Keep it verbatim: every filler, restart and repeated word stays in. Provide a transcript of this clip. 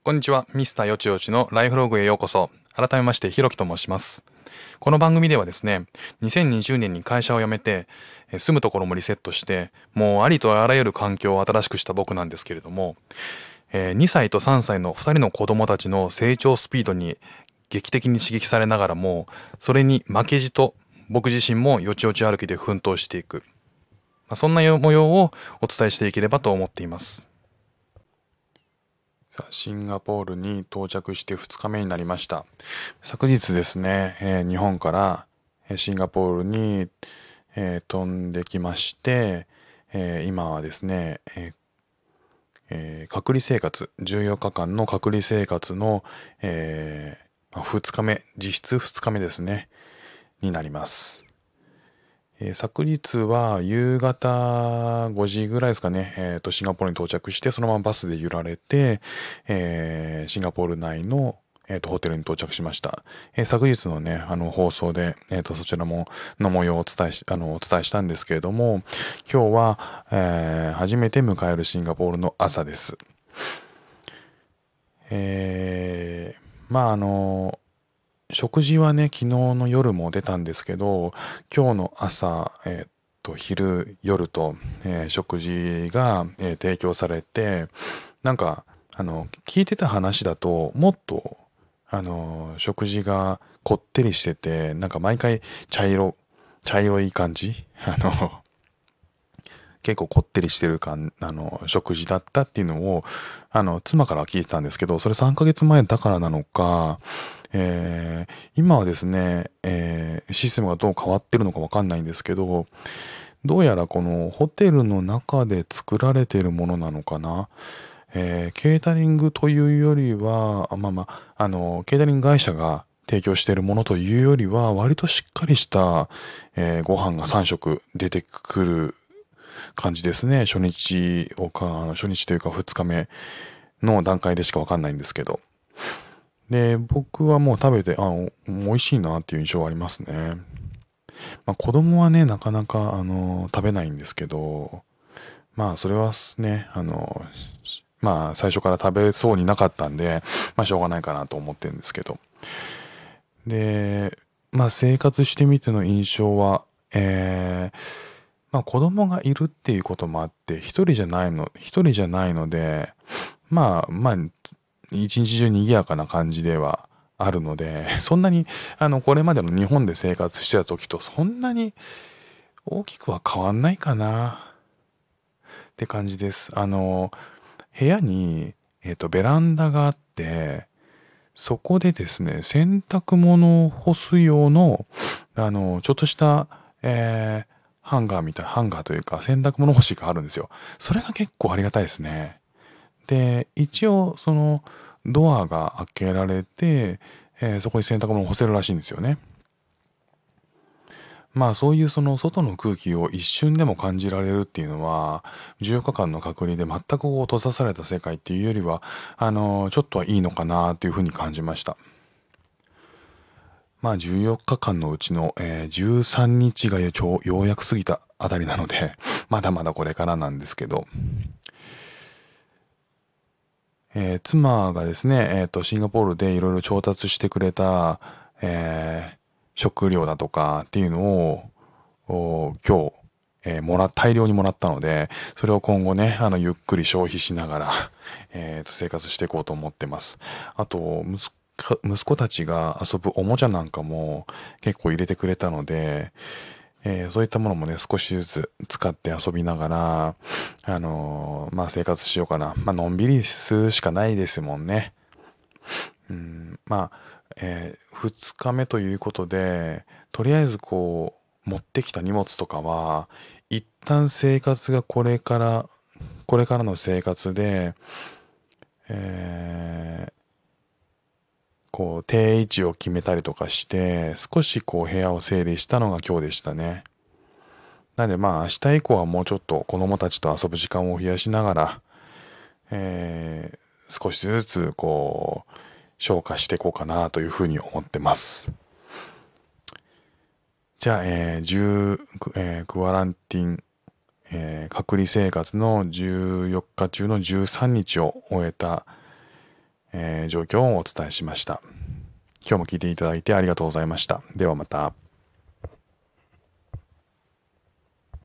こんにちは、ミスターよちよちのライフログへようこそ。改めまして、ひろきと申します。この番組ではですね、にせんにじゅうねんに会社を辞めて、え住むところもリセットして、もうありとあらゆる環境を新しくした僕なんですけれども、えーにさいとさんさいのふたりの子供たちの成長スピードに劇的に刺激されながらも、それに負けじと僕自身もよちよち歩きで奮闘していく。まあ、そんな模様をお伝えしていければと思っています。さあシンガポールに到着してふつかめになりました。昨日ですね、えー日本からえーシンガポールに、えー飛んできまして、えー今はですね、えーえー隔離生活、じゅうよっかかんの隔離生活の、えーまあふつかめ、実質ふつかめですね、になります。えー昨日は夕方ごじぐらいですかね、えーと、シンガポールに到着して、そのままバスで揺られて、えーシンガポール内の、えーと、ホテルに到着しました。えー昨日のね、あの、放送で、えーと、そちらも、の模様をお伝えし、あの、お伝えしたんですけれども、今日は、えー初めて迎えるシンガポールの朝です。えーまあ、あの、食事はね、昨日の夜も出たんですけど、今日の朝、えーっと、昼、夜と、えー食事が、えー提供されて、なんか、あの、聞いてた話だと、もっと、あの、食事がこってりしてて、なんか毎回茶色、茶色い感じあの、結構こってりしてる感、あの、食事だったっていうのを、あの、妻から聞いてたんですけど、それさんかげつまえだからなのか、えー今はですね、えーシステムがどう変わってるのかわかんないんですけど、どうやらこのホテルの中で作られているものなのかな。えーケータリングというよりは、あまあまあ、あの、ケータリング会社が提供しているものというよりは、割としっかりした、えーご飯がさん食出てくる感じですね。初日をか、あの初日というかふつかめの段階でしかわかんないんですけど。で、僕はもう食べて、あ、お美味しいなっていう印象はありますね。まあ子供はね、なかなか、あの、食べないんですけど、まあそれはね、あの、まあ最初から食べそうになかったんで、まあしょうがないかなと思ってるんですけど。で、まあ生活してみての印象は、えー、まあ子供がいるっていうこともあって、一人じゃないの、一人じゃないので、まあまあ、一日中賑やかな感じではあるので、そんなに、あの、これまでの日本で生活してた時とそんなに大きくは変わんないかなって感じです。あの、部屋に、えっと、ベランダがあって、そこでですね、洗濯物を干す用の、あの、ちょっとした、えーハンガーみたい、ハンガーというか洗濯物干しがあるんですよ。それが結構ありがたいですね。で、一応、その、ドアが開けられて、えーそこに洗濯物を干せるらしいんですよね。まあそういうその外の空気を一瞬でも感じられるっていうのは、じゅうよっかかんの隔離で全くこう閉ざされた世界っていうよりは、あの、ちょっとはいいのかなっていうふうに感じました。まあじゅうよっかかんのうちの、えーじゅうさんにちがよちょようやく過ぎたあたりなので、まだまだこれからなんですけど、えー妻がですね、えっと、シンガポールでいろいろ調達してくれた、えー食料だとかっていうのを、お今日、えーもら、大量にもらったので、それを今後ね、あの、ゆっくり消費しながら、えーと、生活していこうと思ってます。あと、息子、息子たちが遊ぶおもちゃなんかも結構入れてくれたので、えーそういったものもね、少しずつ使って遊びながら、あのーまあ、生活しようかな。まあ、のんびりするしかないですもんね。うん、まあ、えー、ふつかめということで、とりあえずこう、持ってきた荷物とかは、一旦生活がこれから、これからの生活で、えーこう、定位置を決めたりとかして、少しこう、部屋を整理したのが今日でしたね。なんでまあ、明日以降はもうちょっと子供たちと遊ぶ時間を増やしながら、えー少しずつこう、消化していこうかなというふうに思ってます。じゃあ、えー、じゅう、えークアランティン、えー隔離生活のじゅうよっか中のじゅうさんにちを終えた、 えー状況をお伝えしました。今日も聞いていただいてありがとうございました。ではまた。